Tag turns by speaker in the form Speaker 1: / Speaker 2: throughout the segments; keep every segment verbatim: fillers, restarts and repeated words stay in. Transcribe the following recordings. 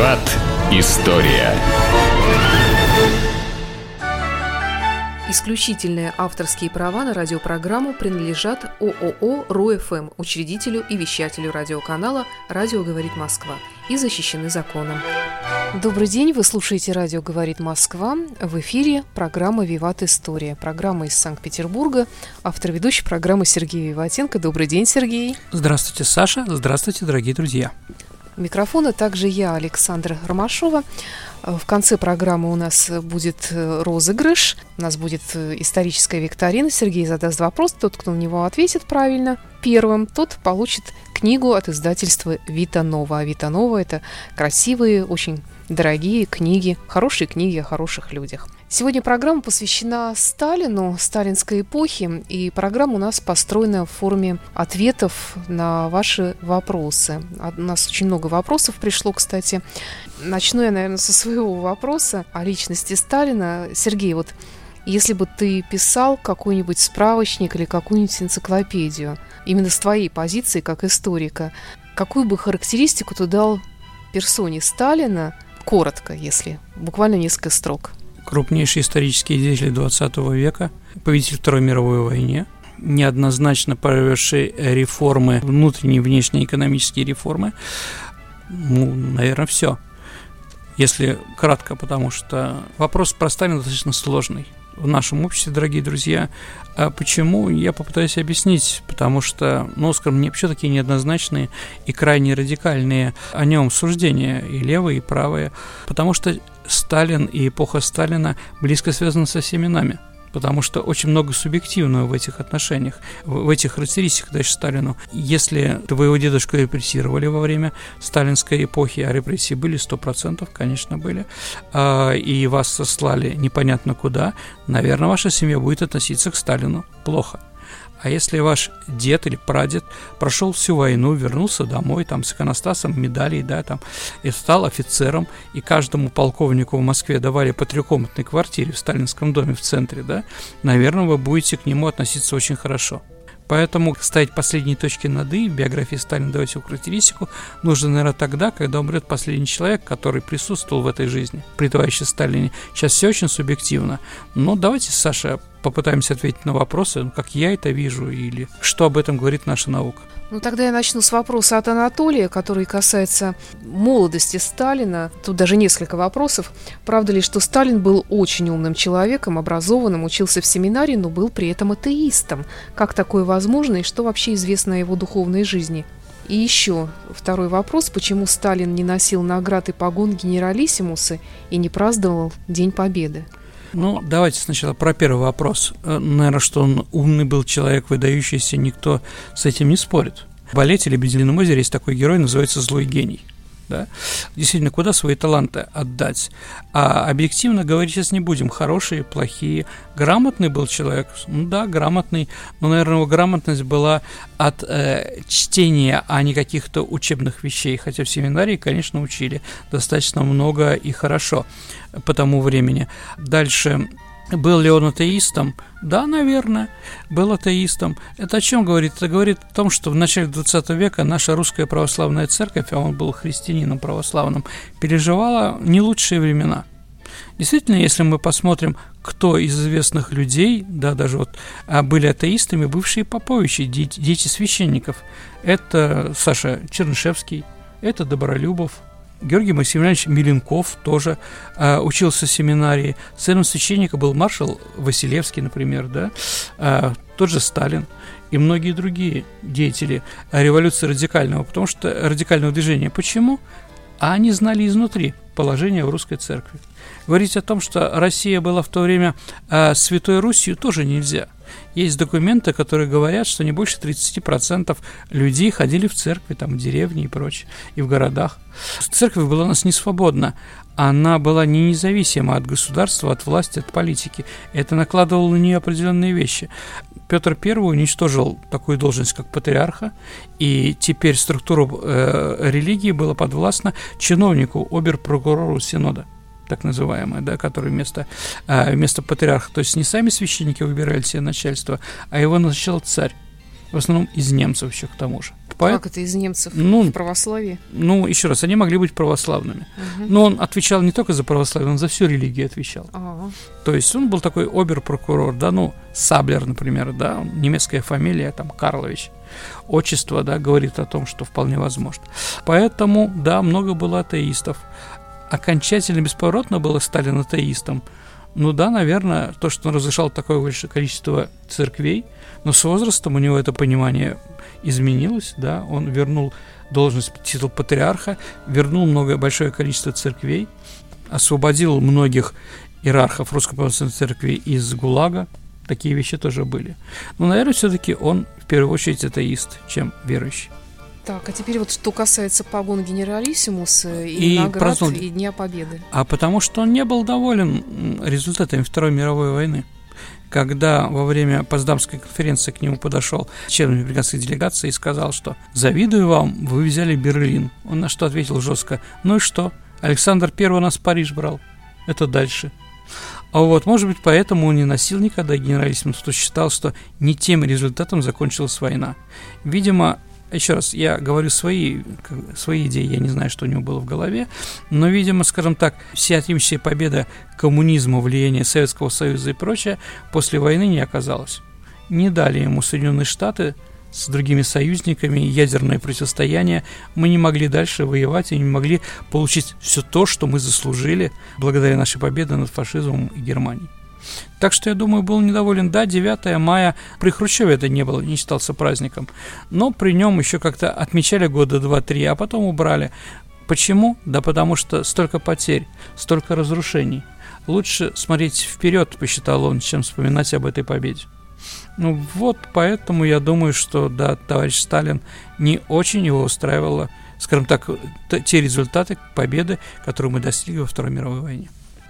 Speaker 1: Виват. История.
Speaker 2: Исключительные авторские права на радиопрограмму принадлежат ООО РУ-ФМ, учредителю и вещателю радиоканала «Радио говорит Москва» и защищены законом. Добрый день, вы слушаете «Радио говорит Москва». В эфире программа «Виват. История». Программа из Санкт-Петербурга. Автор ведущей программы Сергей Виватенко. Добрый день, Сергей.
Speaker 3: Здравствуйте, Саша. Здравствуйте, дорогие друзья.
Speaker 2: У микрофона также я, Александра Ромашова. В конце программы у нас будет розыгрыш, у нас будет историческая викторина. Сергей задаст вопрос, тот, кто на него ответит правильно первым, тот получит книгу от издательства «Вита Нова». А «Вита Нова» — это красивые, очень дорогие книги, хорошие книги о хороших людях. Сегодня программа посвящена Сталину, сталинской эпохе, и программа у нас построена в форме ответов на ваши вопросы. У нас очень много вопросов пришло, кстати. Начну я, наверное, со своего вопроса о личности Сталина. Сергей, вот если бы ты писал какой-нибудь справочник или какую-нибудь энциклопедию, именно с твоей позиции как историка, какую бы характеристику ты дал персоне Сталина, коротко, если буквально несколько строк?
Speaker 3: Крупнейший исторический деятель двадцатого века, победитель Второй мировой войны, неоднозначно проведший реформы, внутренние и внешние экономические реформы. Ну, наверное, все. Если кратко, потому что вопрос про Сталина достаточно сложный в нашем обществе, дорогие друзья. А почему, я попытаюсь объяснить, потому что, ну, скажем, не вообще такие неоднозначные и крайне радикальные о нем суждения, и левые, и правые, потому что Сталин и эпоха Сталина близко связаны со всеми нами, потому что очень много субъективного в этих отношениях, в этих характеристиках даже Сталину. Если твоего дедушку репрессировали во время сталинской эпохи, а репрессии были сто процентов, конечно, были, и вас сослали непонятно куда, наверное, ваша семья будет относиться к Сталину плохо. А если ваш дед или прадед прошел всю войну, вернулся домой там с иконостасом медалей, да, там, и стал офицером, и каждому полковнику в Москве давали по трехкомнатной квартире в сталинском доме в центре, да, наверное, вы будете к нему относиться очень хорошо. Поэтому ставить последние точки над «и» в биографии Сталина, давать его характеристику, нужно, наверное, тогда, когда умрет последний человек, который присутствовал в этой жизни, при товарище Сталине. Сейчас все очень субъективно. Но давайте, Саша, попытаемся ответить на вопросы, ну, как я это вижу, или что об этом говорит наша наука.
Speaker 2: Ну, тогда я начну с вопроса от Анатолия, который касается молодости Сталина. Тут даже несколько вопросов. Правда ли, что Сталин был очень умным человеком, образованным, учился в семинарии, но был при этом атеистом? Как такое возможно и что вообще известно о его духовной жизни? И еще второй вопрос. Почему Сталин не носил наград и погон генералиссимуса и не праздновал День Победы?
Speaker 3: Ну, давайте сначала про первый вопрос. Наверное, что он умный был человек, выдающийся, никто с этим не спорит. В балете «Лебедином озере» есть такой герой, называется «Злой гений». Да? Действительно, куда свои таланты отдать? А объективно говорить сейчас не будем, хорошие, плохие. Грамотный был человек, ну да, грамотный, но, наверное, его грамотность была от э, чтения, а не каких-то учебных вещей, хотя в семинарии, конечно, учили достаточно много и хорошо по тому времени. Дальше... Был ли он атеистом? Да, наверное, был атеистом. Это о чем говорит? Это говорит о том, что в начале двадцатого века наша русская православная церковь, а он был христианином православным, переживала не лучшие времена. Действительно, если мы посмотрим, кто из известных людей, да, даже вот были атеистами, бывшие поповичи, дети, дети священников, это Саша Чернышевский, это Добролюбов, Георгий Максимович Меленков тоже э, учился в семинарии. Сыном священника был маршал Василевский, например, да? э, тот же Сталин и многие другие деятели революции радикального, потому что радикального движения. Почему? А они знали изнутри положение в русской церкви. Говорить о том, что Россия была в то время э, Святой Русью, тоже нельзя. Есть документы, которые говорят, что не больше тридцать процентов людей ходили в церкви, там, в деревне и прочее, и в городах. Церковь была у нас не свободна, она была не независима от государства, от власти, от политики. Это накладывало на нее определенные вещи. Петр Первый уничтожил такую должность, как патриарха, и теперь структура э, религии была подвластна чиновнику, обер-прокурору Синода, так называемое, да, который вместо, а, вместо патриарха, то есть не сами священники выбирали себе начальство, а его назначал царь, в основном из немцев еще к тому же.
Speaker 2: Поэт... Как это из немцев
Speaker 3: ну,
Speaker 2: в православии?
Speaker 3: Ну, еще раз, они могли быть православными. Угу. Но он отвечал не только за православие, он за всю религию отвечал. А-а. То есть он был такой обер-прокурор, да, ну, Саблер, например, да, немецкая фамилия, там, Карлович. Отчество, да, говорит о том, что вполне возможно. Поэтому, да, много было атеистов. Окончательно, бесповоротно было Сталин атеистом. Ну да, наверное, то, что он разрешал такое большое количество церквей, но с возрастом у него это понимание изменилось, да, он вернул должность, титул патриарха, вернул много, большое количество церквей, освободил многих иерархов Русской Православной Церкви из ГУЛАГа, такие вещи тоже были. Но, наверное, все-таки он в первую очередь атеист, чем верующий.
Speaker 2: Так, а теперь вот что касается погон генералиссимуса и, и наград, празднул... и Дня Победы.
Speaker 3: А потому что он не был доволен результатами Второй мировой войны. Когда во время Потсдамской конференции к нему подошел член американской делегации и сказал, что «завидую вам, вы взяли Берлин». Он на что ответил жестко: «Ну и что? Александр Первый нас в Париж брал. Это дальше». А вот, может быть, поэтому он не носил никогда генералиссимус, что считал, что не тем результатом закончилась война. Видимо, еще раз, я говорю свои, свои идеи, я не знаю, что у него было в голове, но, видимо, скажем так, всеотъемлющая победа коммунизма, влияние Советского Союза и прочее после войны не оказалось. Не дали ему Соединенные Штаты с другими союзниками, ядерное противостояние, мы не могли дальше воевать и не могли получить все то, что мы заслужили благодаря нашей победе над фашизмом и Германией. Так что, я думаю, был недоволен. Да, девятое мая, при Хрущеве это не было, не считался праздником, но при нем еще как-то отмечали года два-три, а потом убрали. Почему? Да потому что столько потерь, столько разрушений. Лучше смотреть вперед, посчитал он, чем вспоминать об этой победе. Ну вот, поэтому я думаю, что, да, товарищ Сталин не очень его устраивало, скажем так, те результаты победы, которые мы достигли во Второй мировой войне.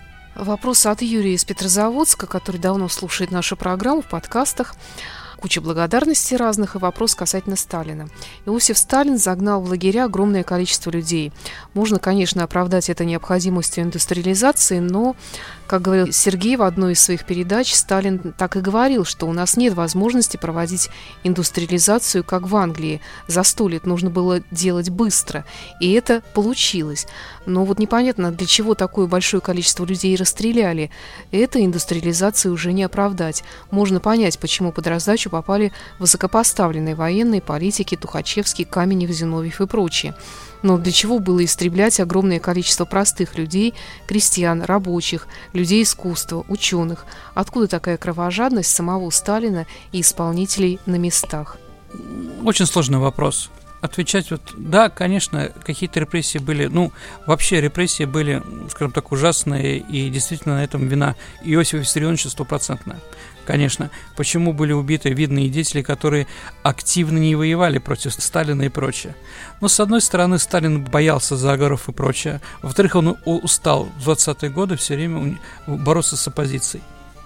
Speaker 2: Вопрос от Юрия из Петрозаводска, который давно слушает нашу программу в подкастах. Куча благодарностей разных и вопрос касательно Сталина. Иосиф Сталин загнал в лагеря огромное количество людей. Можно, конечно, оправдать это необходимостью индустриализации, но, как говорил Сергей в одной из своих передач, Сталин так и говорил, что у нас нет возможности проводить индустриализацию, как в Англии. За сто лет нужно было делать быстро, и это получилось. Но вот непонятно, для чего такое большое количество людей расстреляли. Это индустриализации уже не оправдать. Можно понять, почему под раздачу попали высокопоставленные военные, политики, Тухачевский, Каменев, Зиновьев и прочие. Но для чего было истреблять огромное количество простых людей, крестьян, рабочих, людей искусства, ученых? Откуда такая кровожадность самого Сталина и исполнителей на местах?
Speaker 3: Очень сложный вопрос. Отвечать вот, да, конечно, какие-то репрессии были, ну, вообще репрессии были, скажем так, ужасные, и действительно на этом вина Иосифа Виссарионовича стопроцентная. Конечно, почему были убиты видные деятели, которые активно не воевали против Сталина и прочее. Но, с одной стороны, Сталин боялся заговоров и прочее. Во-вторых, он устал в двадцатые годы все время бороться с оппозицией.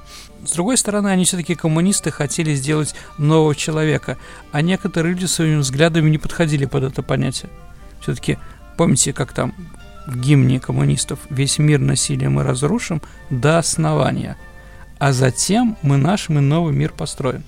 Speaker 3: С другой стороны, они все-таки коммунисты, хотели сделать нового человека, а некоторые люди своими взглядами не подходили под это понятие. Все-таки помните, как там в гимне коммунистов: «Весь мир насилием мы разрушим до основания, а затем мы наш мы новый мир построим».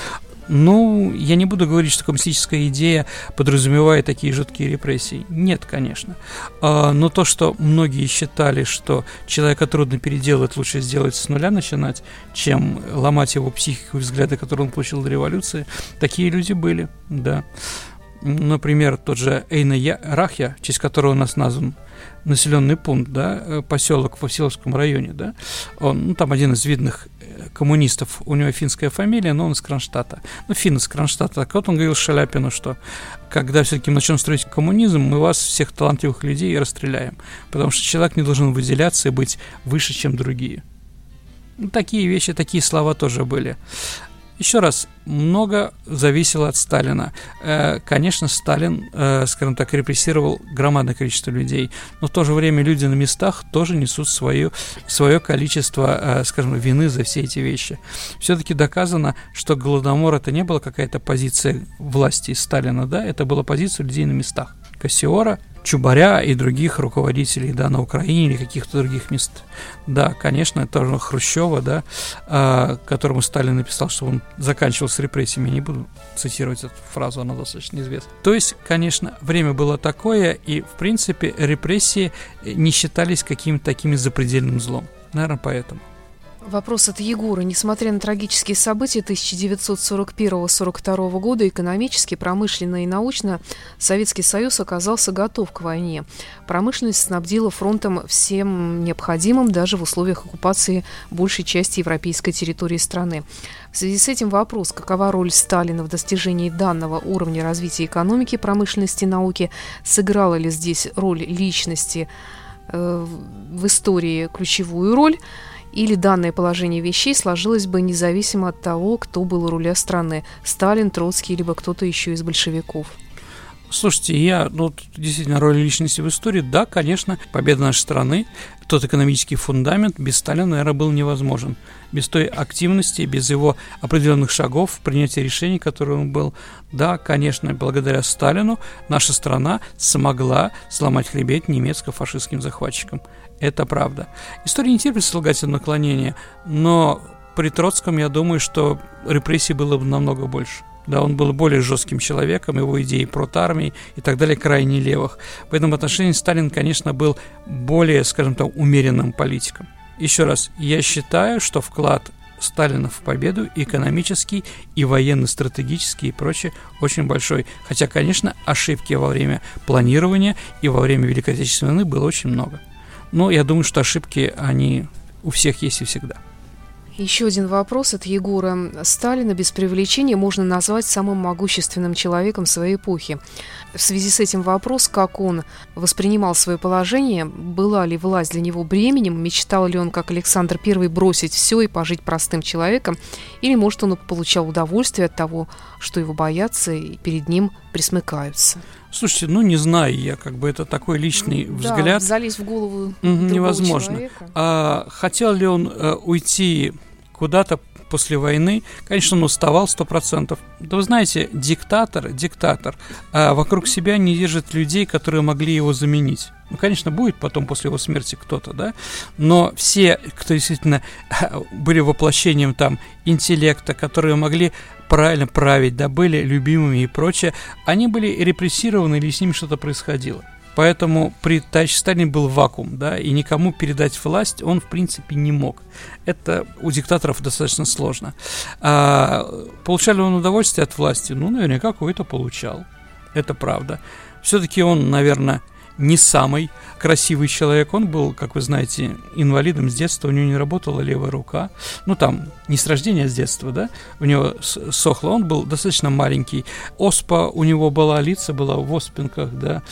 Speaker 3: Ну, я не буду говорить, что коммунистическая идея подразумевает такие жуткие репрессии. Нет, конечно. Но то, что многие считали, что человека трудно переделать, лучше сделать с нуля начинать, чем ломать его психику и взгляды, которые он получил до революции, такие люди были, да. Например, тот же Эйна-Рахья, в честь которого у нас назван населенный пункт, да, поселок в Василовском районе, да, он, ну, там один из видных коммунистов, у него финская фамилия, но он из Кронштадта, ну, финн из Кронштадта. Так вот он говорил Шаляпину, что когда все-таки мы начнем строить коммунизм, мы вас, всех талантливых людей, расстреляем, потому что человек не должен выделяться и быть выше, чем другие. Ну, такие вещи, такие слова тоже были. Еще раз, много зависело от Сталина. Э, конечно, Сталин, э, скажем так, репрессировал громадное количество людей, но в то же время люди на местах тоже несут свое, свое количество, э, скажем, вины за все эти вещи. Все-таки доказано, что Голодомор — это не была какая-то позиция власти Сталина, да, это была позиция людей на местах. Кассиора, Чубаря и других руководителей, да, на Украине или каких-то других мест. Да, конечно, это тоже Хрущева, да, э, которому Сталин написал, что он заканчивал с репрессиями. Я не буду цитировать эту фразу, она достаточно известна. То есть, конечно, время было такое, и, в принципе, репрессии не считались каким-то таким запредельным злом. Наверное, поэтому.
Speaker 2: Вопрос от Егора. Несмотря на трагические события тысяча девятьсот сорок первого — сорок второго года, экономически, промышленно и научно Советский Союз оказался готов к войне. Промышленность снабдила фронтом всем необходимым, даже в условиях оккупации большей части европейской территории страны. В связи с этим вопрос, какова роль Сталина в достижении данного уровня развития экономики, промышленности и науки, сыграла ли здесь роль личности э, в истории ключевую роль, или данное положение вещей сложилось бы независимо от того, кто был у руля страны – Сталин, Троцкий, либо кто-то еще из большевиков.
Speaker 3: Слушайте, я, ну, действительно, роль личности в истории, да, конечно, победа нашей страны, тот экономический фундамент без Сталина, наверное, был невозможен. Без той активности, без его определенных шагов в принятии решений, который он был, да, конечно, благодаря Сталину наша страна смогла сломать хребет немецко-фашистским захватчикам. Это правда. История не терпит слагательного наклонения, но при Троцком, я думаю, что репрессий было бы намного больше. Да, он был более жестким человеком, его идеи протармии и так далее крайне левых. В этом отношении Сталин, конечно, был более, скажем так, умеренным политиком. Еще раз, я считаю, что вклад Сталина в победу экономический, и военно-стратегический, и прочее очень большой. Хотя, конечно, ошибки во время планирования и во время Великой Отечественной войны было очень много. Но я думаю, что ошибки, они у всех есть и всегда.
Speaker 2: Еще один вопрос от Егора. Сталина без преувеличения можно назвать самым могущественным человеком своей эпохи. В связи с этим вопрос, как он воспринимал свое положение, была ли власть для него бременем, мечтал ли он, как Александр Первый, бросить все и пожить простым человеком, или, может, он получал удовольствие от того, что его боятся и перед ним присмыкаются.
Speaker 3: Слушайте, ну не знаю я, как бы это такой личный
Speaker 2: да,
Speaker 3: взгляд.
Speaker 2: залезть в голову
Speaker 3: невозможно.
Speaker 2: Человека.
Speaker 3: А, хотел ли он а, уйти куда-то после войны? Конечно, он уставал сто процентов. Да вы знаете, диктатор, диктатор а вокруг себя не держит людей, которые могли его заменить. Ну, конечно, будет потом после его смерти кто-то, да, но все, кто действительно были воплощением там интеллекта, которые могли правильно править, да, были любимыми и прочее, они были репрессированы или с ними что-то происходило. Поэтому при товарище Сталине был вакуум, да, и никому передать власть он, в принципе, не мог. Это у диктаторов достаточно сложно. А, получал ли он удовольствие от власти? Ну, наверняка какое-то получал. Это правда. Все-таки он, наверное, не самый красивый человек. Он был, как вы знаете, инвалидом с детства, у него не работала левая рука. Ну, там, не с рождения, а с детства, да, у него сохло. Он был достаточно маленький. Оспа у него была, лица была в оспинках, да.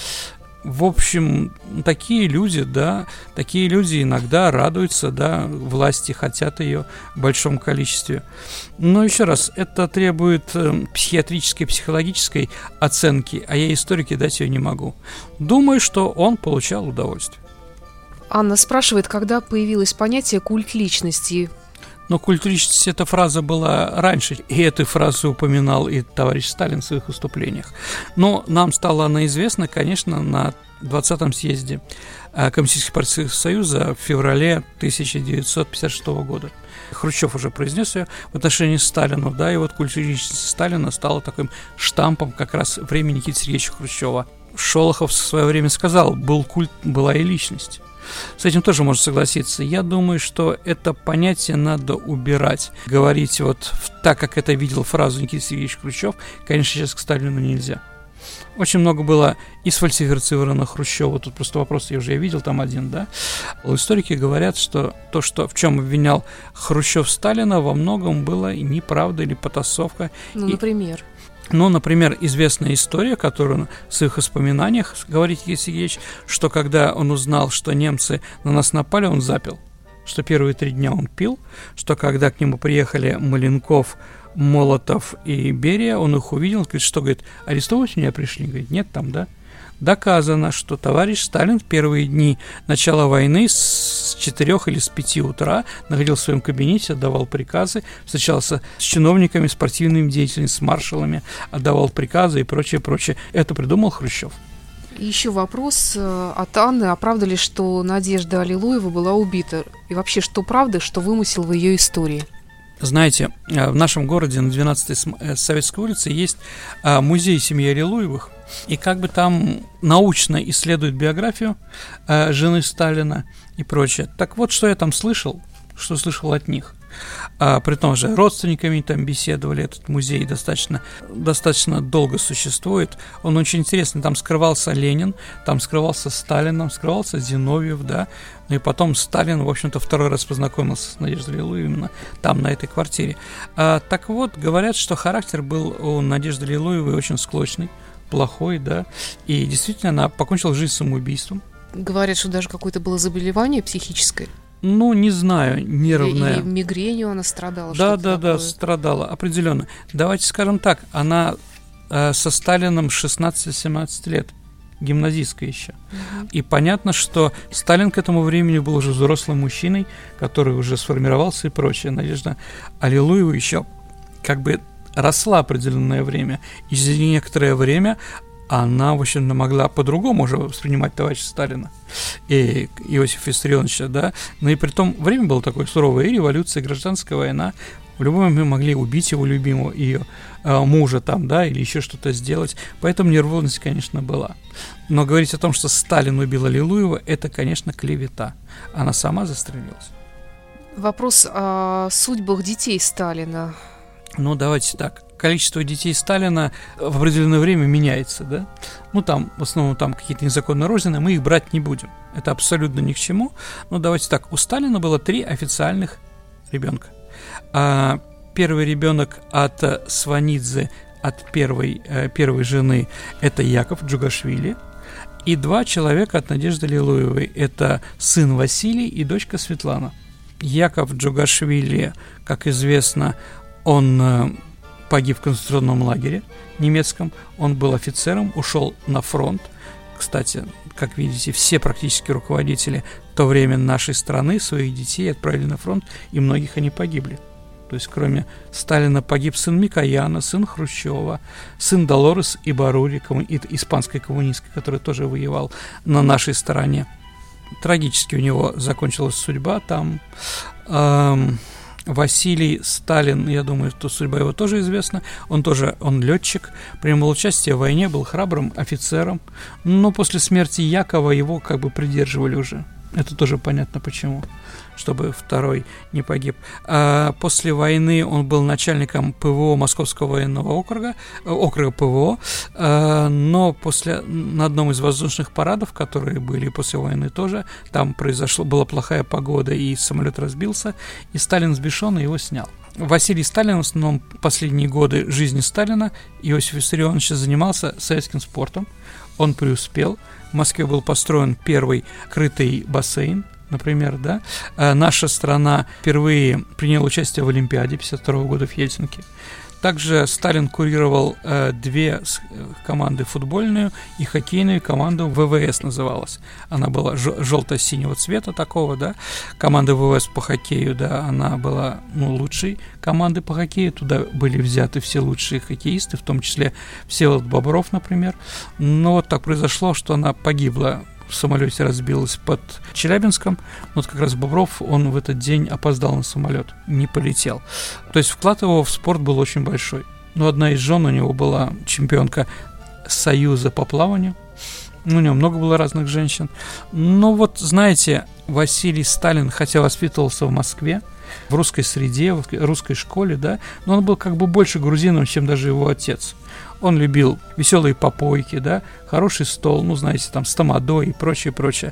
Speaker 3: В общем, такие люди, да, такие люди иногда радуются, да, власти, хотят ее в большом количестве. Но еще раз, это требует э, психиатрической, психологической оценки, а я историки дать ее не могу. Думаю, что он получал удовольствие.
Speaker 2: Анна спрашивает, когда появилось понятие «культ личности».
Speaker 3: Но культ личности, эта фраза была раньше, и эту фразу упоминал и товарищ Сталин в своих выступлениях. Но нам стала она известна, конечно, на двадцатом съезде Коммунистического партийного союза в феврале тысяча девятьсот пятьдесят шестого года. Хрущев уже произнес ее в отношении Сталина, да, и вот культ личности Сталина стала таким штампом как раз времени Никиты Сергеевича Хрущева. Шолохов в свое время сказал, был культ, была и личность. С этим тоже можно согласиться. Я думаю, что это понятие надо убирать. Говорить вот так, как это видел фразу Никита Сергеевич Хрущев, конечно, сейчас к Сталину нельзя. Очень много было и сфальсифицировано Хрущева. Тут просто вопрос, я уже видел там один, да. Историки говорят, что то, что в чем обвинял Хрущев Сталина, во многом было и неправда или потасовка.
Speaker 2: Ну,
Speaker 3: и...
Speaker 2: например...
Speaker 3: Ну, например, известная история, которую он в своих воспоминаниях говорит Никита Сергеевич, что когда он узнал, что немцы на нас напали, он запил. Что первые три дня он пил, что когда к нему приехали Маленков, Молотов и Берия, он их увидел, он говорит, что, говорит, арестовывать меня пришли? Говорит, нет там, да? Доказано, что товарищ Сталин в первые дни начала войны с четырех или с пяти утра находился в своем кабинете, отдавал приказы, встречался с чиновниками, с партийными деятелями, с маршалами, отдавал приказы и прочее, прочее. Это придумал Хрущев.
Speaker 2: Еще вопрос от Анны. А правда ли, что Надежда Аллилуева была убита? И вообще, что правда, что вымысел в ее истории?
Speaker 3: Знаете, в нашем городе на двенадцатой Советской улице есть музей семьи Аллилуевых, и как бы там научно исследуют биографию жены Сталина и прочее. Так вот, что я там слышал, что слышал от них. А, при том же родственниками там беседовали, этот музей достаточно, достаточно долго существует, он очень интересный, там скрывался Ленин, там скрывался Сталин, там скрывался Зиновьев, да, ну и потом Сталин, в общем-то, второй раз познакомился с Надеждой Аллилуевой именно там, на этой квартире. А, так вот, говорят, что характер был у Надежды Аллилуевой очень склочный, плохой, да, и действительно она покончила жизнь самоубийством.
Speaker 2: Говорят, что даже какое-то было заболевание психическое.
Speaker 3: Ну, не знаю, нервная.
Speaker 2: Или мигренью она страдала.
Speaker 3: Да, да,
Speaker 2: такое.
Speaker 3: да, страдала, определенно. Давайте скажем так, она э, со Сталином шестнадцать-семнадцать лет, гимназистка еще. Угу. И понятно, что Сталин к этому времени был уже взрослым мужчиной, который уже сформировался и прочее. Надежда Аллилуева еще как бы росла определенное время, и за некоторое время она, в общем-то, могла по-другому уже воспринимать товарища Сталина и Иосифа Виссарионовича, да, но и при том время было такое суровое, и революция, и гражданская война, в любой момент могли убить его любимого, ее э, мужа там, да, или еще что-то сделать, поэтому нервозность, конечно, была. Но говорить о том, что Сталин убил Аллилуева, это, конечно, клевета, она сама застрелилась.
Speaker 2: Вопрос о судьбах детей Сталина.
Speaker 3: Ну, давайте так. Количество детей Сталина в определенное время меняется, да? Ну, там, в основном, там какие-то незаконно рожденные, мы их брать не будем. Это абсолютно ни к чему. Но давайте так, у Сталина было три официальных ребенка. А первый ребенок от Сванидзе, от первой, первой жены, это Яков Джугашвили. И два человека от Надежды Аллилуевой, это сын Василий и дочка Светлана. Яков Джугашвили, как известно, он погиб в концентрационном лагере немецком, он был офицером, ушел на фронт. Кстати, как видите, все практически руководители в то время нашей страны своих детей отправили на фронт, и многих они погибли. То есть, кроме Сталина, погиб сын Микояна, сын Хрущева, сын Долорес Ибарури, комму... испанской коммунистской, который тоже воевал на нашей стороне. Трагически у него закончилась судьба там. Эм... Василий Сталин, я думаю, что судьба его тоже известна, он тоже, он летчик, принимал участие в войне, был храбрым офицером, но после смерти Якова его как бы придерживали уже, это тоже понятно почему, чтобы второй не погиб. А после войны он был начальником ПВО Московского военного округа, округа ПВО, а, но после, на одном из воздушных парадов, которые были после войны тоже, там произошло, была плохая погода, и самолет разбился, и Сталин сбешен, и его снял. Василий Сталин, в основном последние годы жизни Сталина, Иосиф Виссарионович занимался советским спортом, он преуспел, в Москве был построен первый крытый бассейн, например, да, а наша страна впервые приняла участие в Олимпиаде пятьдесят второго года в Хельсинки. Также Сталин курировал э, две команды, футбольную и хоккейную команду, ВВС называлась. Она была ж- желто-синего цвета такого, да. Команда ВВС по хоккею, да, она была, ну, лучшей командой по хоккею. Туда были взяты все лучшие хоккеисты, в том числе Всеволод Бобров, например. Но вот так произошло, что она погибла. В самолете разбилась под Челябинском. Вот как раз Бобров, он в этот день опоздал на самолет, не полетел. То есть вклад его в спорт был очень большой. Но одна из жен у него была чемпионка Союза по плаванию. У него много было разных женщин. Но вот, знаете, Василий Сталин, хотя воспитывался в Москве, в русской среде, в русской школе, да, но он был как бы больше грузином, чем даже его отец. Он любил веселые попойки, да, хороший стол, ну, знаете, там, с тамадой и прочее, прочее.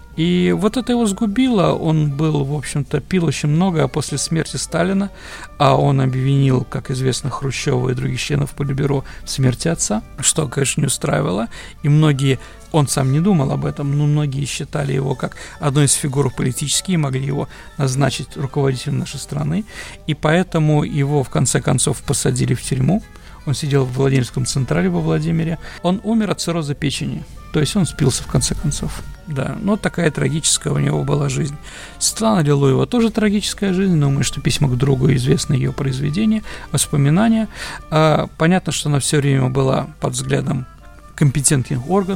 Speaker 3: И вот это его сгубило. Он был, в общем-то, пил очень много, а после смерти Сталина, а он обвинил, как известно, Хрущева и других членов Политбюро в смерти отца, что, конечно, не устраивало. И многие, он сам не думал об этом, но многие считали его как одной из фигур политических, и могли его назначить руководителем нашей страны. И поэтому его, в конце концов, посадили в тюрьму. Он сидел в Владимирском Централе во Владимире. Он умер от цирроза печени. То есть он спился в конце концов. Да, но такая трагическая у него была жизнь. Светлана Аллилуева тоже трагическая жизнь. Думаю, что «Письма к другу» известны ее произведения, воспоминания. А, понятно, что она все время была под взглядом компетентных органов.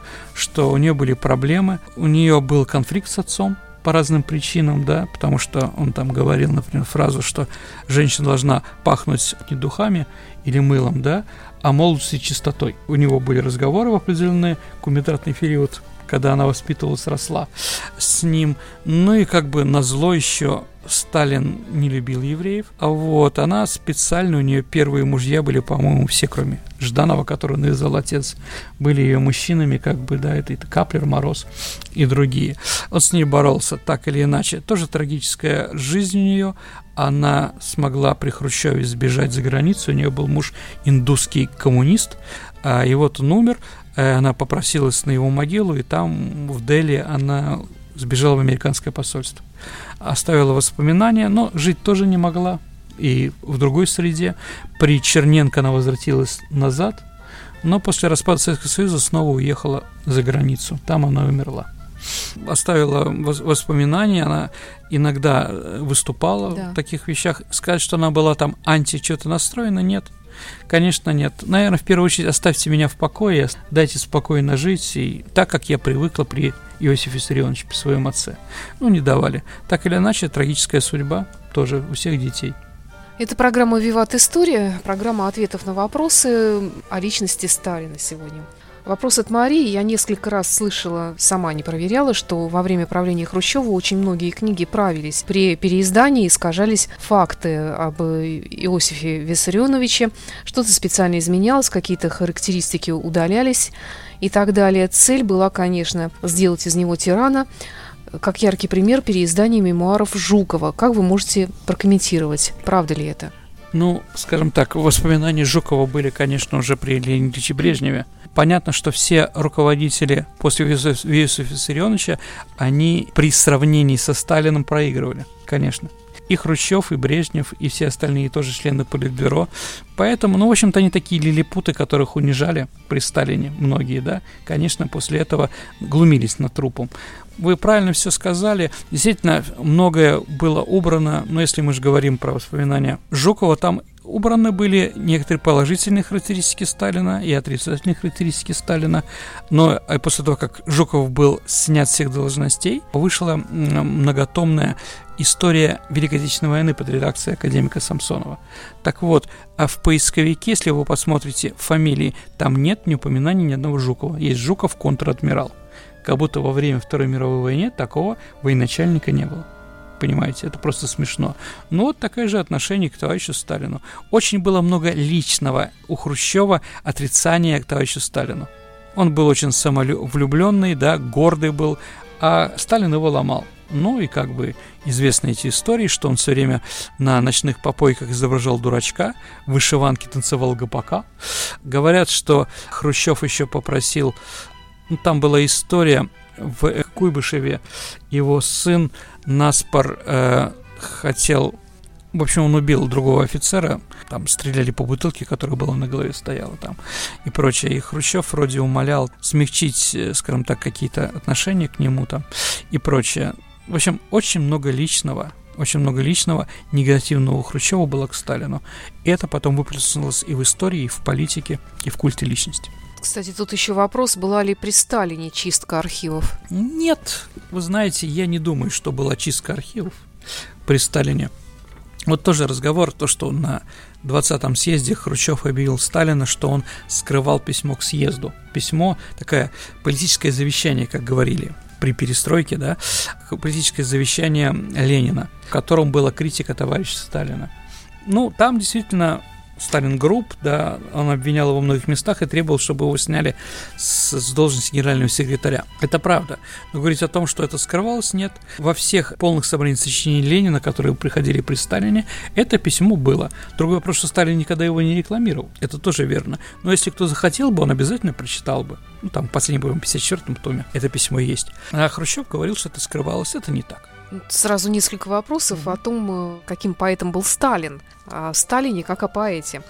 Speaker 3: что у нее были проблемы, у нее был конфликт с отцом по разным причинам, да, потому что он там говорил, например, фразу, что женщина должна пахнуть не духами или мылом, да, а молодостью и чистотой. У него были разговоры в определенный кумулятивный период, когда она воспитывалась, росла с ним. Ну и как бы назло еще Сталин не любил евреев. А вот она специально, у нее первые мужья были, по-моему, все, кроме Жданова, который навязал отец, были ее мужчинами, как бы, да, это, это Каплер, Мороз и другие. Он с ней боролся так или иначе. Тоже трагическая жизнь у нее. Она смогла при Хрущеве сбежать за границу. У нее был муж индусский коммунист, и вот он умер. Она попросилась на его могилу, и там, в Дели, она сбежала в американское посольство. Оставила воспоминания, но жить тоже не могла. И в другой среде. При Черненко она возвратилась назад, но после распада Советского Союза снова уехала за границу. Там она умерла. Оставила воспоминания, она иногда выступала да. в таких вещах. Сказать, что она была там анти-что-то настроена, нет. Конечно, нет. Наверное, в первую очередь оставьте меня в покое, дайте спокойно жить, и так, как я привыкла при Иосифе Виссарионовиче, при своем отце. Ну, не давали. Так или иначе, трагическая судьба тоже у всех детей.
Speaker 2: Это программа «Виват История», программа ответов на вопросы о личности Сталина сегодня. Вопрос от Марии. Я несколько раз слышала, сама не проверяла, что во время правления Хрущева очень многие книги правились. При переиздании искажались факты об Иосифе Виссарионовиче. Что-то специально изменялось, какие-то характеристики удалялись и так далее. Цель была, конечно, сделать из него тирана. Как яркий пример переиздания мемуаров Жукова. Как вы можете прокомментировать? Правда ли это?
Speaker 3: Ну, скажем так, воспоминания Жукова были, конечно, уже при Леониде Ильиче Брежневе. Понятно, что все руководители после Иосифа Виссарионовича, они при сравнении со Сталиным проигрывали, конечно. И Хрущев, и Брежнев, и все остальные тоже члены Политбюро. Поэтому, ну, в общем-то, они такие лилипуты, которых унижали при Сталине многие, да, конечно, после этого глумились над трупом. Вы правильно все сказали. Действительно, многое было убрано, но если мы же говорим про воспоминания Жукова, там убраны были некоторые положительные характеристики Сталина и отрицательные характеристики Сталина. Но после того, как Жуков был снят с всех должностей, вышла многотомная история Великой Отечественной войны под редакцией академика Самсонова. Так вот, а в поисковике, если вы посмотрите фамилии, там нет ни упоминания ни одного Жукова. Есть Жуков контр-адмирал. Как будто во время Второй мировой войны такого военачальника не было. Понимаете, это просто смешно. Но вот такое же отношение к товарищу Сталину. Очень было много личного у Хрущева отрицания к товарищу Сталину. Он был очень самовлюбленный, да, гордый был, а Сталин его ломал. Ну и как бы известны эти истории, что он все время на ночных попойках изображал дурачка, в вышиванке танцевал гопака. Говорят, что Хрущев еще попросил, ну, там была история в Куйбышеве, его сын наспор э, хотел, в общем, он убил другого офицера, там стреляли по бутылке, которая была на голове стояла там, и прочее, и Хрущев вроде умолял смягчить, скажем так, какие-то отношения к нему там, и прочее. В общем, очень много личного, очень много личного негативного у Хрущева было к Сталину, и это потом выплеснулось и в истории, и в политике, и в культе личности.
Speaker 2: Кстати, тут еще вопрос, была ли при Сталине чистка архивов?
Speaker 3: Нет, вы знаете, я не думаю, что была чистка архивов при Сталине. Вот тоже разговор, то, что на двадцатом съезде Хрущев объявил Сталина, что он скрывал письмо к съезду. Письмо, такое политическое завещание, как говорили при перестройке, да, политическое завещание Ленина, в котором была критика товарища Сталина. Ну, там действительно Сталин груб, да, он обвинял его во многих местах и требовал, чтобы его сняли с, с должности генерального секретаря. Это правда. Но говорить о том, что это скрывалось, нет. Во всех полных собраниях сочинений Ленина, которые приходили при Сталине, это письмо было. Другой вопрос, что Сталин никогда его не рекламировал. Это тоже верно. Но если кто захотел бы, он обязательно прочитал бы. Ну, там, в последнем, по-моему, пятьдесят четвёртом томе это письмо есть. А Хрущев говорил, что это скрывалось. Это не так.
Speaker 2: Сразу несколько вопросов mm-hmm. о том, каким поэтом был Сталин, о Сталине как о поэте.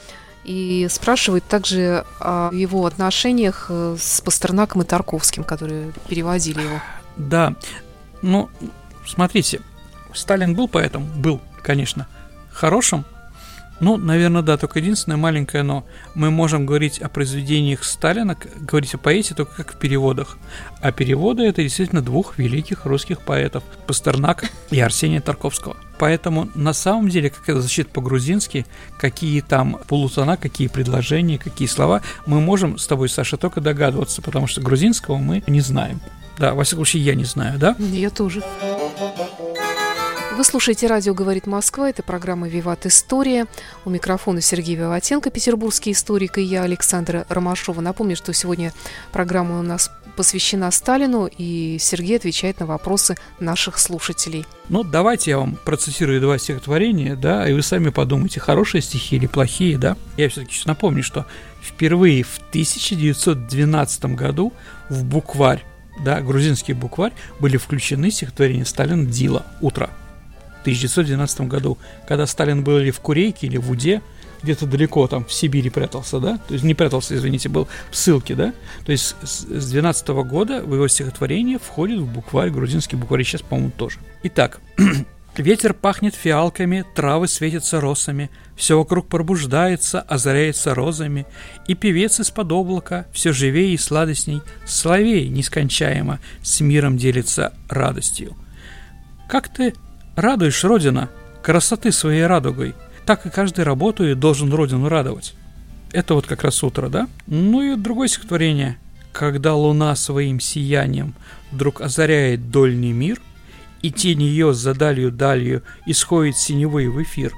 Speaker 2: И спрашивают также о его отношениях с Пастернаком и Тарковским, которые переводили его.
Speaker 3: Да, ну, смотрите, Сталин был поэтом? Был, конечно, хорошим, Ну, наверное, да, только единственное маленькое «но». Мы можем говорить о произведениях Сталина, говорить о поэте только как в переводах. А переводы – это действительно двух великих русских поэтов – Пастернака и Арсения Тарковского. Поэтому на самом деле, как это звучит по-грузински, какие там полутона, какие предложения, какие слова, мы можем с тобой, Саша, только догадываться, потому что грузинского мы не знаем. Да, во всяком случае, я не знаю, да?
Speaker 2: Я тоже. Вы слушаете «Радио говорит Москва». Это программа «Виват. История». У микрофона Сергей Виватенко, петербургский историк, и я, Александра Ромашова. Напомню, что сегодня программа у нас посвящена Сталину, и Сергей отвечает на вопросы наших слушателей.
Speaker 3: Ну, давайте я вам процитирую два стихотворения, да, и вы сами подумайте, хорошие стихи или плохие, да. Я все-таки напомню, что впервые в тысяча девятьсот двенадцатом году в букварь, да, грузинский букварь, были включены стихотворения Сталина «Дила. Утро». В тысяча девятьсот двенадцатом году, когда Сталин был или в Курейке, или в Уде, где-то далеко там в Сибири прятался, да, то есть не прятался, извините, был в ссылке, да, то есть с двенадцатого года в его стихотворение входит в букварь, грузинский букварь, сейчас, по-моему, тоже. Итак, ветер пахнет фиалками, травы светятся росами, все вокруг пробуждается, озаряется розами, и певец из-под облака все живее и сладостней, соловей нескончаемо с миром делится радостью. Как ты радуешь, Родина, красоты своей радугой, так и каждый работает, должен Родину радовать. Это вот как раз утро, да? Ну и другое стихотворение. Когда луна своим сиянием вдруг озаряет дольний мир, и тень ее за далью далью исходит синевой в эфир,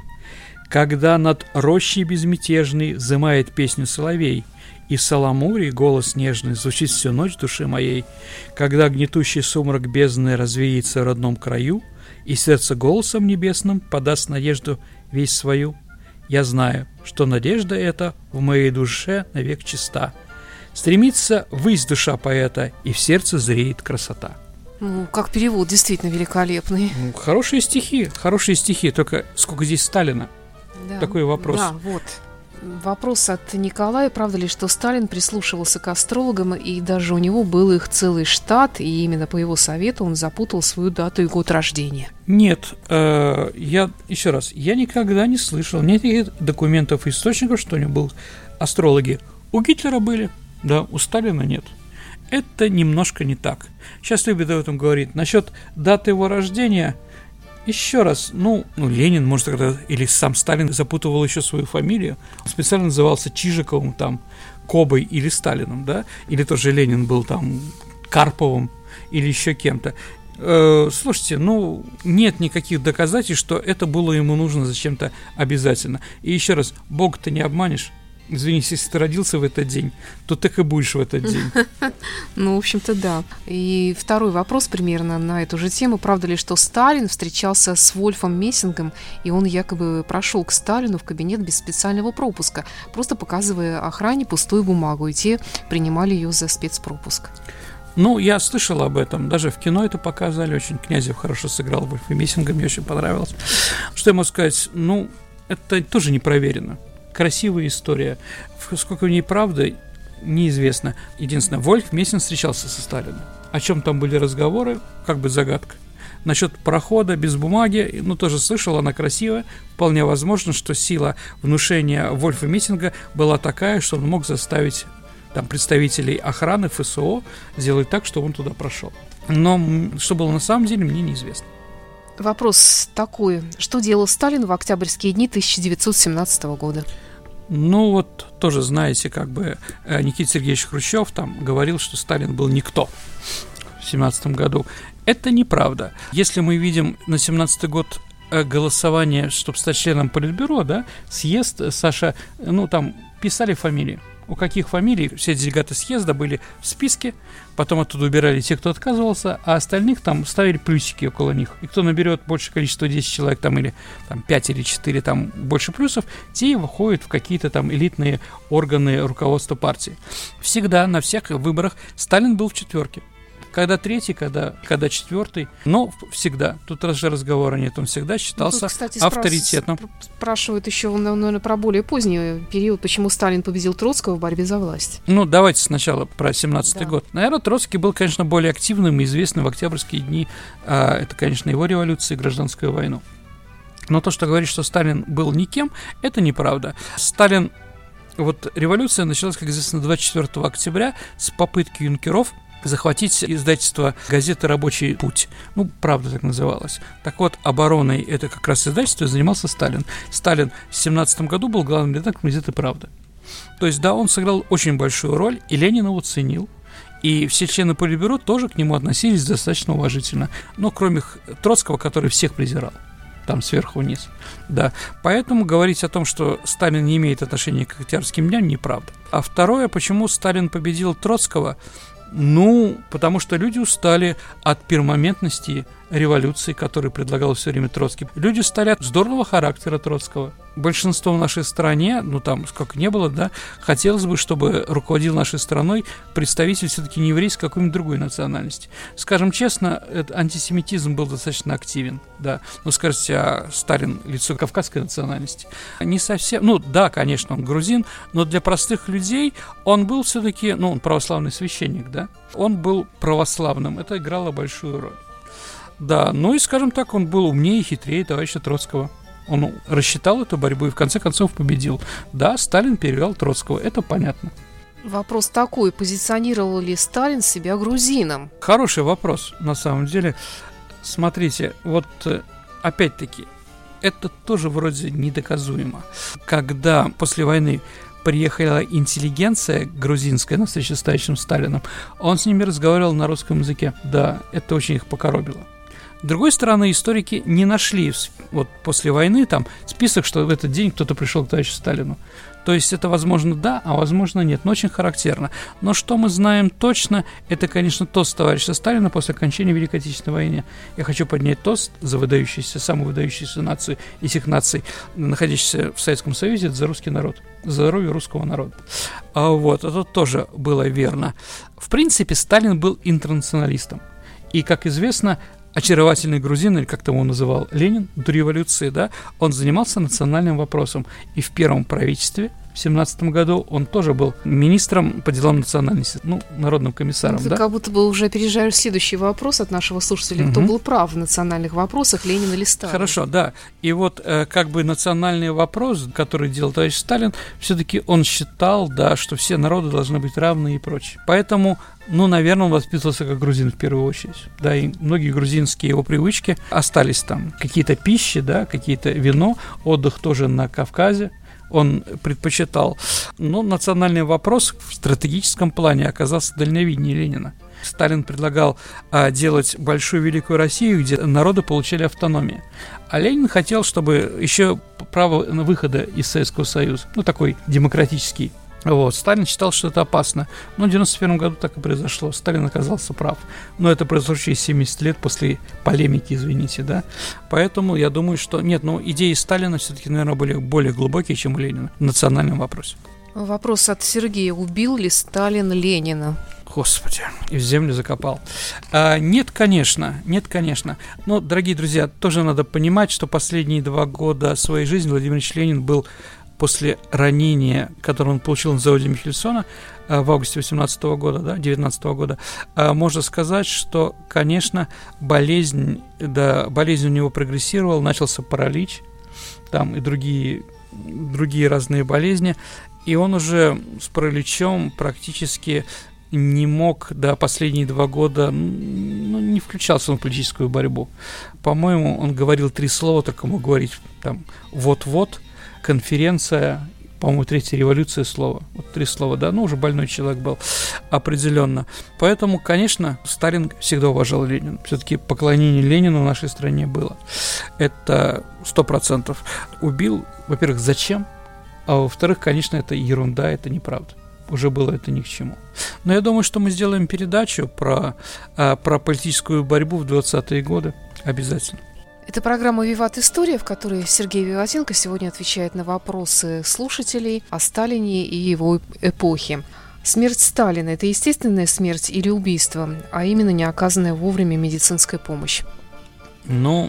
Speaker 3: когда над рощей безмятежной взымает песню соловей, и в Саламуре голос нежный звучит всю ночь в душе моей, когда гнетущий сумрак бездны развеется в родном краю, и сердце голосом небесным подаст надежду весь свою. Я знаю, что надежда эта в моей душе навек чиста. Стремится ввысь душа поэта, и в сердце зреет красота.
Speaker 2: Ну, как перевод, действительно великолепный.
Speaker 3: Ну, хорошие стихи, хорошие стихи, только сколько здесь Сталина?
Speaker 2: Да.
Speaker 3: Такой вопрос.
Speaker 2: Да, вот. Вопрос от Николая. Правда ли, что Сталин прислушивался к астрологам, и даже у него был их целый штат, и именно по его совету он запутал свою дату и год рождения?
Speaker 3: Нет, э, я, еще раз, я никогда не слышал никаких документов и источников, что у него были астрологи. У Гитлера были, да, у Сталина нет. Это немножко не так. Сейчас любят об этом говорить. Насчет даты его рождения, еще раз, ну, ну, Ленин, может, тогда, или сам Сталин запутывал еще свою фамилию, он специально назывался Чижиковым, там, Кобой или Сталином, да, или тоже Ленин был там Карповым или еще кем-то. Э, слушайте, ну, нет никаких доказательств, что это было ему нужно зачем-то обязательно. И еще раз, Бога-то не обманешь. Извини, если ты родился в этот день, то так и будешь в этот день.
Speaker 2: Ну, в общем-то, да. И второй вопрос примерно на эту же тему. Правда ли, что Сталин встречался с Вольфом Мессингом, и он якобы прошел к Сталину в кабинет без специального пропуска, просто показывая охране пустую бумагу, и те принимали ее за спецпропуск?
Speaker 3: Ну, я слышал об этом, даже в кино это показали, очень Князев хорошо сыграл Вольфа Мессинга, мне очень понравилось. Что я могу сказать? Ну, это тоже не проверено. Красивая история. Сколько в ней правды, неизвестно. Единственное, Вольф Мессинг встречался со Сталином. О чем там были разговоры, как бы загадка. Насчет парохода без бумаги, ну, тоже слышал, она красивая. Вполне возможно, что сила внушения Вольфа Мессинга была такая, что он мог заставить там представителей охраны ФСО сделать так, чтобы он туда прошел. Но что было на самом деле, мне неизвестно.
Speaker 2: Вопрос такой. Что делал Сталин в октябрьские дни тысяча девятьсот семнадцатого года?
Speaker 3: Ну вот, тоже знаете, как бы Никита Сергеевич Хрущев там говорил, что Сталин был никто в семнадцатом году. Это неправда. Если мы видим на семнадцатый год голосование, чтобы стать членом Политбюро, да, съезд, Саша, ну там писали фамилии. У каких фамилий все делегаты съезда были в списке, потом оттуда убирали те, кто отказывался, а остальных там ставили плюсики около них. И кто наберет большее количество, десять человек там, или там, пять или четыре, там больше плюсов, те выходят в какие-то там элитные органы руководства партии. Всегда на всех выборах Сталин был в четверке. Когда третий, когда, когда четвертый, но всегда, тут даже разговора нет, он всегда считался ну, тут, кстати, авторитетным.
Speaker 2: Спрас- спрашивают еще, наверное, про более поздний период, почему Сталин победил Троцкого в борьбе за власть.
Speaker 3: Ну, давайте сначала про семнадцатый
Speaker 2: да.
Speaker 3: год. Наверное, Троцкий был, конечно, более активным и известным в октябрьские дни. А, это, конечно, его революция и гражданскую войну. Но то, что говорит, что Сталин был никем, это неправда. Сталин... Вот революция началась, как известно, двадцать четвёртого октября с попытки юнкеров захватить издательство газеты «Рабочий путь». Ну, правда так называлось. Так вот, обороной это как раз издательство занимался Сталин. Сталин в семнадцатом году был главным редактором газеты «Правда». То есть, да, он сыграл очень большую роль, и Ленин его ценил. И все члены Политбюро тоже к нему относились достаточно уважительно. Но кроме Троцкого, который всех презирал. Там сверху вниз. Да. Поэтому говорить о том, что Сталин не имеет отношения к Октябрьским дням, неправда. А второе, почему Сталин победил Троцкого? Ну, потому что люди устали от пермоментности революции, которую предлагал все время Троцкий. Люди устали от здорового характера Троцкого. Большинство в нашей стране, ну там сколько не было, да, хотелось бы, чтобы руководил нашей страной представитель все-таки не еврейской, а какой-нибудь другой национальности. Скажем честно, этот антисемитизм был достаточно активен, да. Ну, скажите, а Сталин лицо кавказской национальности? Не совсем, ну да, конечно, он грузин, но для простых людей он был все-таки, ну, он православный священник, да, он был православным, это играло большую роль. Да, ну и, скажем так, он был умнее и хитрее товарища Троцкого. Он рассчитал эту борьбу и в конце концов победил. Да, Сталин перевел Троцкого, это понятно.
Speaker 2: Вопрос такой, позиционировал ли Сталин себя грузином?
Speaker 3: Хороший вопрос, на самом деле. Смотрите, вот опять-таки, это тоже вроде недоказуемо. Когда после войны приехала интеллигенция грузинская на встречу с товарищем Сталином, он с ними разговаривал на русском языке. Да, это очень их покоробило. С другой стороны, историки не нашли вот после войны там список, что в этот день кто-то пришел к товарищу Сталину. То есть это возможно да, а возможно нет, но очень характерно. Но что мы знаем точно, это, конечно, тост товарища Сталина после окончания Великой Отечественной войны. Я хочу поднять тост за выдающуюся, самую выдающуюся нацию из всех наций, находящихся в Советском Союзе, это за русский народ, за здоровье русского народа. А вот, это тоже было верно. В принципе, Сталин был интернационалистом. И, как известно, очаровательный грузин, или как там его называл Ленин до революции, да, он занимался национальным вопросом. И в первом правительстве в семнадцатом году он тоже был министром по делам национальности, ну, народным комиссаром.
Speaker 2: Ты
Speaker 3: да?
Speaker 2: как будто бы уже опережаешь следующий вопрос от нашего слушателя. Угу. Кто был прав в национальных вопросах, Ленин или Сталин?
Speaker 3: Хорошо, да. И вот э, как бы национальный вопрос, который делал товарищ Сталин, все-таки он считал, да, что все народы должны быть равны и прочее. Поэтому, ну, наверное, он воспитывался как грузин в первую очередь. Да, и многие грузинские его привычки остались там. Какие-то пищи, да, какие-то вино, отдых тоже на Кавказе. Он предпочитал. Но национальный вопрос в стратегическом плане оказался дальновиднее Ленина. Сталин предлагал а, делать большую великую Россию, где народы получали автономию. А Ленин хотел, чтобы еще право на выхода из Советского Союза, ну, такой демократический. Вот. Сталин считал, что это опасно. Но в девяносто первом году так и произошло. Сталин оказался прав. Но это произошло через семьдесят лет после полемики, извините, да. Поэтому я думаю, что нет, ну, идеи Сталина все-таки, наверное, были более глубокие, чем у Ленина в национальном вопросе.
Speaker 2: Вопрос от Сергея. Убил ли Сталин Ленина?
Speaker 3: Господи, и в землю закопал. А, нет, конечно, нет, конечно. Но, дорогие друзья, тоже надо понимать, что последние два года своей жизни Владимир Ильич Ленин был после ранения, которое он получил на заводе Михельсона в августе восемнадцатого года, да, девятнадцатого года, можно сказать, что, конечно, болезнь, да, болезнь у него прогрессировала, начался паралич, там и другие, другие разные болезни, и он уже с параличом практически не мог, да, последние два года, ну, не включался в политическую борьбу. По-моему, он говорил три слова, только мог говорить там «вот-вот», конференция, по-моему, третья революция слова. Вот три слова, да, ну, уже больной человек был, определенно. Поэтому, конечно, Сталин всегда уважал Ленина. Все-таки поклонение Ленину в нашей стране было. Это сто процентов. Убил, во-первых, зачем? А во-вторых, конечно, это ерунда, это неправда. Уже было это ни к чему. Но я думаю, что мы сделаем передачу про, про политическую борьбу в двадцатые годы. Обязательно.
Speaker 2: Это программа «Виват. История», в которой Сергей Виватенко сегодня отвечает на вопросы слушателей о Сталине и его эпохе. Смерть Сталина – это естественная смерть или убийство, а именно неоказанная вовремя медицинская помощь?
Speaker 3: Ну,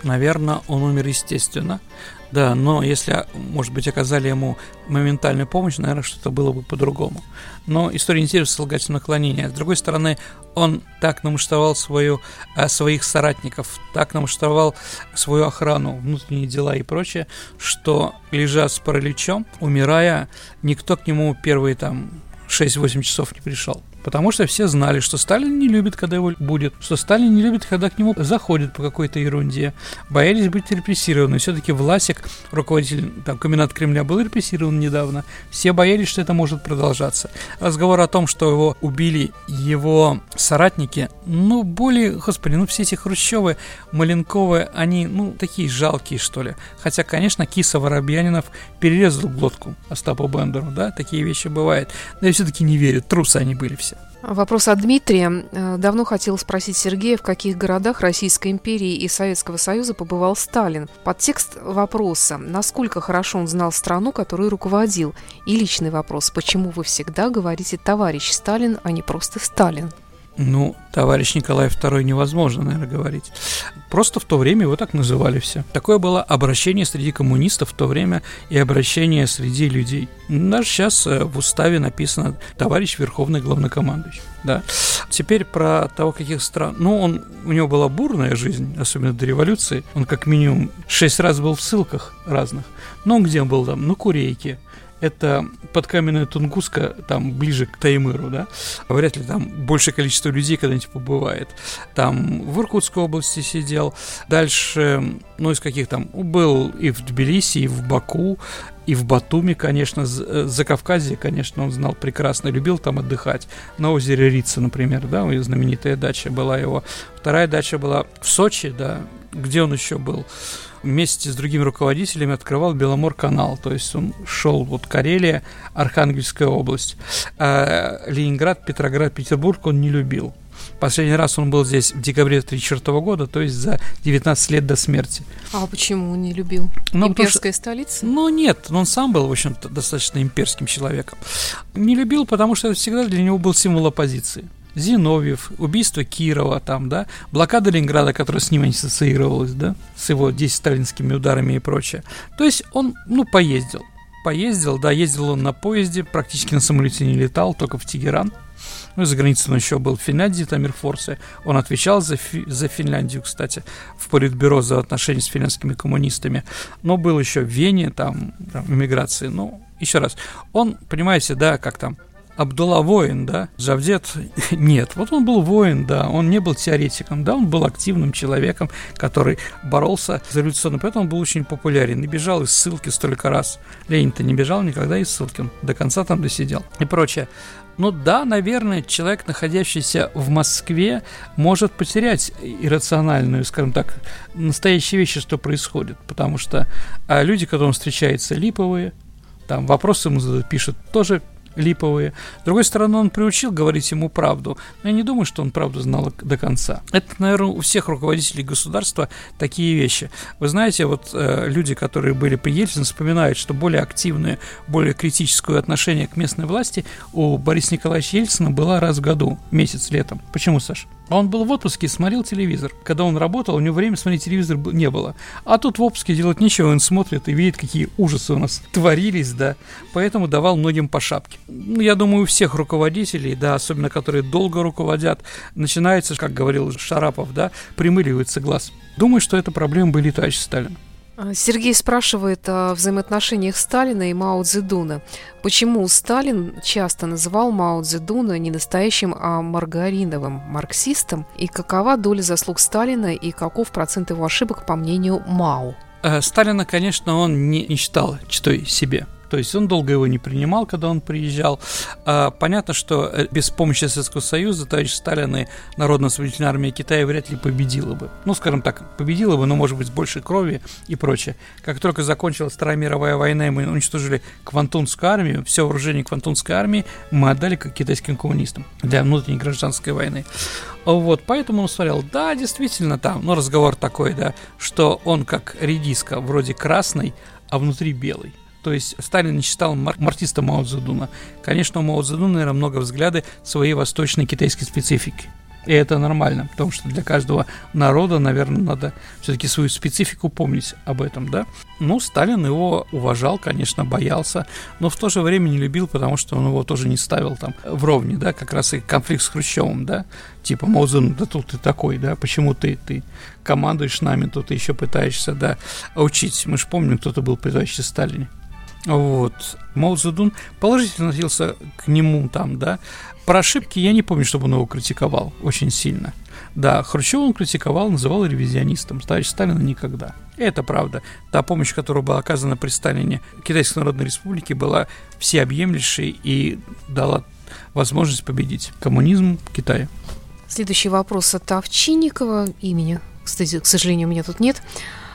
Speaker 3: Наверное, он умер естественно. Да, но если, может быть, оказали ему моментальную помощь, наверное, что-то было бы по-другому. Но история интересует слагательное наклонение. С другой стороны, он так намуштровал свою, своих соратников, так намуштровал свою охрану, внутренние дела и прочее, что, лежа с параличом, умирая, никто к нему первые там шесть-восемь часов не пришел. Потому что все знали, что Сталин не любит, когда его будет, что Сталин не любит, когда к нему заходят по какой-то ерунде. Боялись быть репрессированы. Все-таки Власик, руководитель, там, комендант Кремля, был репрессирован недавно. Все боялись, что это может продолжаться. Разговор о том, что его убили его соратники, ну, более, господи, ну, все эти Хрущевы, Маленковы, они, ну, такие жалкие, что ли. Хотя, конечно, Киса Воробьянинов перерезал глотку Остапу Бендеру, да, такие вещи бывают. Но я все-таки не верю, трусы они были все.
Speaker 2: Вопрос от Дмитрия. Давно хотел спросить Сергея, в каких городах Российской империи и Советского Союза побывал Сталин. Подтекст вопроса. Насколько хорошо он знал страну, которой руководил? И личный вопрос. Почему вы всегда говорите «товарищ Сталин», а не просто «Сталин»?
Speaker 3: Ну, товарищ Николай второй невозможно, наверное, говорить. Просто в то время его так называли все. Такое было обращение среди коммунистов в то время и обращение среди людей. Даже сейчас в уставе написано «товарищ Верховный Главнокомандующий». Да. Теперь про того, каких стран... Ну, он, у него была бурная жизнь, особенно до революции. Он как минимум шесть раз был в ссылках разных. Ну, где он был там? На Курейке. Это подкаменная Тунгуска, там, ближе к Таймыру, да, вряд ли там большее количество людей когда-нибудь побывает. Там в Иркутской области сидел, дальше, ну, из каких там, был и в Тбилиси, и в Баку, и в Батуми, конечно, Закавказье, конечно, он знал прекрасно, любил там отдыхать, на озере Рица, например, да, знаменитая дача была его. Вторая дача была в Сочи, да, где он еще был? Вместе с другими руководителями открывал Беломор-канал, то есть он шел вот Карелия, Архангельская область, а Ленинград, Петроград, Петербург он не любил. Последний раз он был здесь в декабре тысяча девятьсот тридцать четвёртого года, то есть за девятнадцать лет до смерти.
Speaker 2: А почему он не любил? Ну, имперская что, столица?
Speaker 3: Ну нет, он сам был, в общем-то, достаточно имперским человеком. Не любил, потому что это всегда для него был символ оппозиции. Зиновьев, убийство Кирова, там, да, блокада Ленинграда, которая с ним ассоциировалась, да, с его десять сталинскими ударами и прочее. То есть он, ну, поездил. Поездил, да, ездил он на поезде, практически на самолете не летал, только в Тегеран. Ну, и за границей он еще был в Финляндии, там Мирфорсе. Он отвечал за, Фи- за Финляндию, кстати, в Политбюро за отношения с финляндскими коммунистами. Но был еще в Вене, там, там в эмиграции. Ну, еще раз, он, понимаете, да, как там, Абдулла воин, да, Джавдет нет. Вот он был воин, да, он не был теоретиком, да, он был активным человеком, который боролся за революционную, поэтому он был очень популярен и бежал из ссылки столько раз. Ленин-то не бежал никогда из ссылки, он до конца там досидел и прочее. Ну да, наверное, человек, находящийся в Москве, может потерять иррациональную, скажем так, настоящие вещи, что происходит, потому что а люди, когда он встречается, липовые, там вопросы ему задают, пишут тоже липовые. С другой стороны, он приучил говорить ему правду. Но я не думаю, что он правду знал до конца. Это, наверное, у всех руководителей государства такие вещи. Вы знаете, вот э, люди, которые были при Ельцине, вспоминают, что более активное, более критическое отношение к местной власти у Бориса Николаевича Ельцина было раз в году, месяц летом. Почему, Саша? Он был в отпуске и смотрел телевизор. Когда он работал, у него времени смотреть телевизор не было. А тут в отпуске делать нечего, он смотрит и видит, какие ужасы у нас творились, да. Поэтому давал многим по шапке. Ну, я думаю, у всех руководителей, да, особенно которые долго руководят, начинается, как говорил Шарапов, да, примыливается глаз. Думаю, что это проблемы были и товарища Сталина.
Speaker 2: Сергей спрашивает о взаимоотношениях Сталина и Мао Цзэдуна. Почему Сталин часто называл Мао Цзэдуна не настоящим, а маргариновым марксистом? И какова доля заслуг Сталина и каков процент его ошибок, по мнению Мао?
Speaker 3: Сталина, конечно, он не, не считал читой себе. То есть он долго его не принимал, когда он приезжал. А, понятно, что без помощи Советского Союза товарищ Сталин и Народно-освободительная армия Китая вряд ли победила бы. Ну, скажем так, победила бы, но, может быть, с большей крови и прочее. Как только закончилась Вторая мировая война, и мы уничтожили Квантунскую армию, все вооружение Квантунской армии мы отдали китайским коммунистам для внутренней гражданской войны. Вот, поэтому он смотрел, да, действительно, там, ну, разговор такой, да, что он как редиска, вроде красный, а внутри белый. То есть Сталин не считал мар- марксиста Мао Цзэдуна. Конечно, у Мао Цзэдуна, наверное, много взгляды своей восточной китайской специфики. И это нормально, потому что для каждого народа, наверное, надо все-таки свою специфику помнить об этом, да. Ну, Сталин его уважал, конечно, боялся, но в то же время не любил, потому что он его тоже не ставил там вровне, да, как раз и конфликт с Хрущевым, да, типа, мол, да тут ты такой, да, почему ты, ты командуешь нами, тут ты еще пытаешься, да, учить. Мы же помним, кто-то был при товарище Сталине. Вот. Мао Цзэдун положительно относился к нему там, да. Про ошибки я не помню, чтобы он его критиковал очень сильно. Да, Хрущева он критиковал, называл ревизионистом, товарищ Сталина никогда. Это правда. Та помощь, которая была оказана при Сталине Китайской Народной Республике, была всеобъемлющей и дала возможность победить коммунизм в Китае.
Speaker 2: Следующий вопрос от Овчинникова, имени, кстати, к сожалению, у меня тут нет,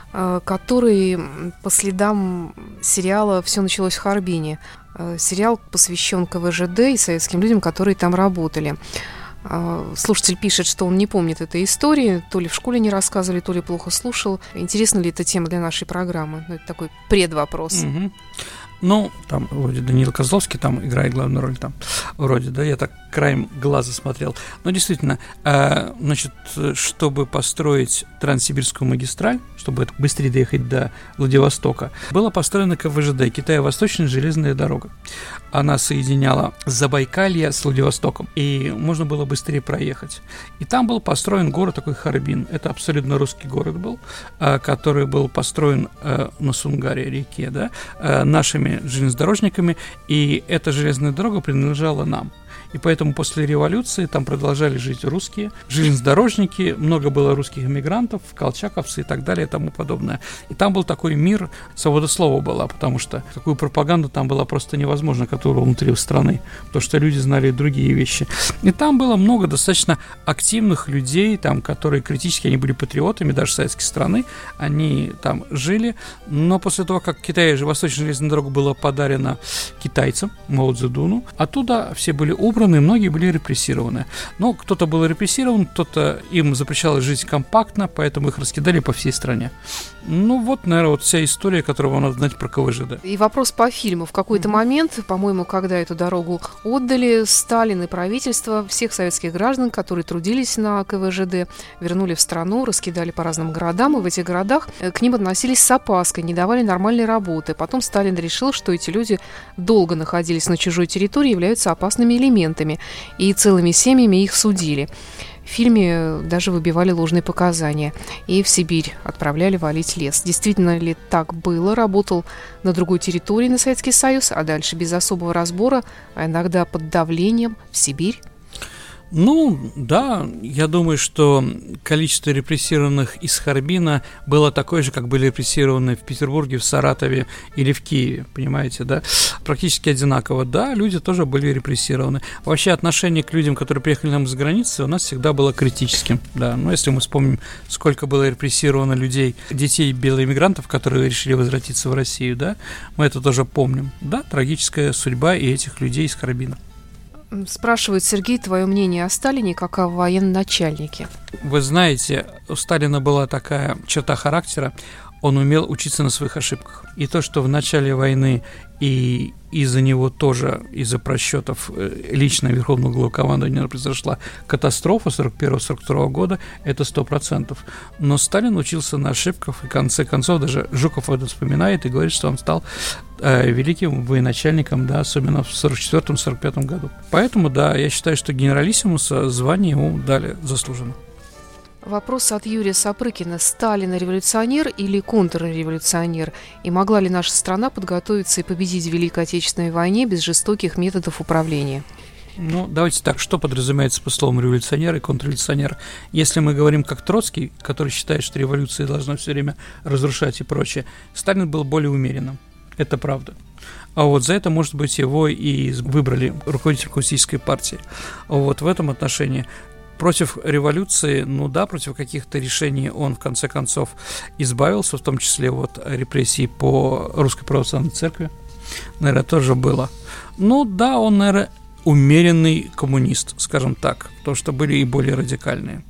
Speaker 2: который по следам сериала «Все началось в Харбине». Сериал посвящен ка вэ жэ дэ и советским людям, которые там работали. Слушатель пишет, что он не помнит этой истории, то ли в школе не рассказывали, то ли плохо слушал. Интересна ли эта тема для нашей программы? Ну, это такой предвопрос.
Speaker 3: Угу. Ну, там вроде Даниил Козловский там играет главную роль, там вроде, да, я так краем глаза смотрел. Но действительно, э, значит, чтобы построить Транссибирскую магистраль, чтобы быстрее доехать до Владивостока, была построена ка вэ жэ дэ, Китаево-Восточная железная дорога. Она соединяла Забайкалье с Владивостоком, и можно было быстрее проехать. И там был построен город такой Харбин. Это абсолютно русский город был, э, который был построен э, на Сунгаре реке, да, э, нашими железнодорожниками, и эта железная дорога принадлежала нам. И поэтому после революции там продолжали жить русские железнодорожники, много было русских эмигрантов, колчаковцы и так далее и тому подобное. И там был такой мир, свобода слова была, потому что такую пропаганду там была просто невозможно, которая внутри страны, потому что люди знали другие вещи. И там было много достаточно активных людей, там, которые критически, они были патриотами даже советской страны, они там жили, но после того, как Китай же Восточная железная дорога была подарена китайцам, Мао Цзэдуну, оттуда все были убраны, многие были репрессированы. Но кто-то был репрессирован, кто-то, им запрещалось жить компактно, поэтому их раскидали по всей стране. Ну вот, наверное, вот вся история, которую вам надо знать про ка вэ жэ дэ.
Speaker 2: И вопрос по фильму. В какой-то mm-hmm. момент, по-моему, когда эту дорогу отдали, Сталин и правительство всех советских граждан, которые трудились на ка вэ жэ дэ, вернули в страну, раскидали по разным городам, и в этих городах к ним относились с опаской, не давали нормальной работы. Потом Сталин решил, что эти люди долго находились на чужой территории, являются опасными элементами, и целыми семьями их судили. В фильме даже выбивали ложные показания и в Сибирь отправляли валить лес. Действительно ли так было? Работал на другой территории, на Советский Союз, а дальше без особого разбора, а иногда под давлением в Сибирь?
Speaker 3: Ну, да, я думаю, что количество репрессированных из Харбина было такое же, как были репрессированы в Петербурге, в Саратове или в Киеве, понимаете, да? Практически одинаково, да, люди тоже были репрессированы. Вообще отношение к людям, которые приехали нам из границы, у нас всегда было критическим, да, но если мы вспомним, сколько было репрессировано людей, детей белоэмигрантов, которые решили возвратиться в Россию, да, мы это тоже помним, да, трагическая судьба и этих людей из Харбина.
Speaker 2: Спрашивает Сергей, твое мнение о Сталине как о военачальнике?
Speaker 3: Вы знаете, у Сталина была такая черта характера, он умел учиться на своих ошибках. И то, что в начале войны и из-за него тоже, из-за просчетов лично Верховного Главкомандования произошла катастрофа сорок первого сорок второго года, это сто процентов. Но Сталин учился на ошибках, и в конце концов даже Жуков это вспоминает и говорит, что он стал э, великим военачальником, да, особенно в сорок четвёртом сорок пятом году. Поэтому, да, я считаю, что генералиссимуса звание ему дали заслуженно.
Speaker 2: Вопрос от Юрия Сапрыкина. Сталин революционер или контрреволюционер? И могла ли наша страна подготовиться и победить в Великой Отечественной войне без жестоких методов управления?
Speaker 3: Ну, давайте так, что подразумевается по словам революционер и контрреволюционер? Если мы говорим как Троцкий, который считает, что революция должна все время разрушать и прочее, Сталин был более умеренным. Это правда. А вот за это, может быть, его и выбрали руководителем коммунистической партии. Вот в этом отношении против революции, ну да, против каких-то решений он, в конце концов, избавился, в том числе вот репрессий по Русской Православной Церкви, наверное, тоже было. Ну да, он, наверное, умеренный коммунист, скажем так, потому что были и более радикальные.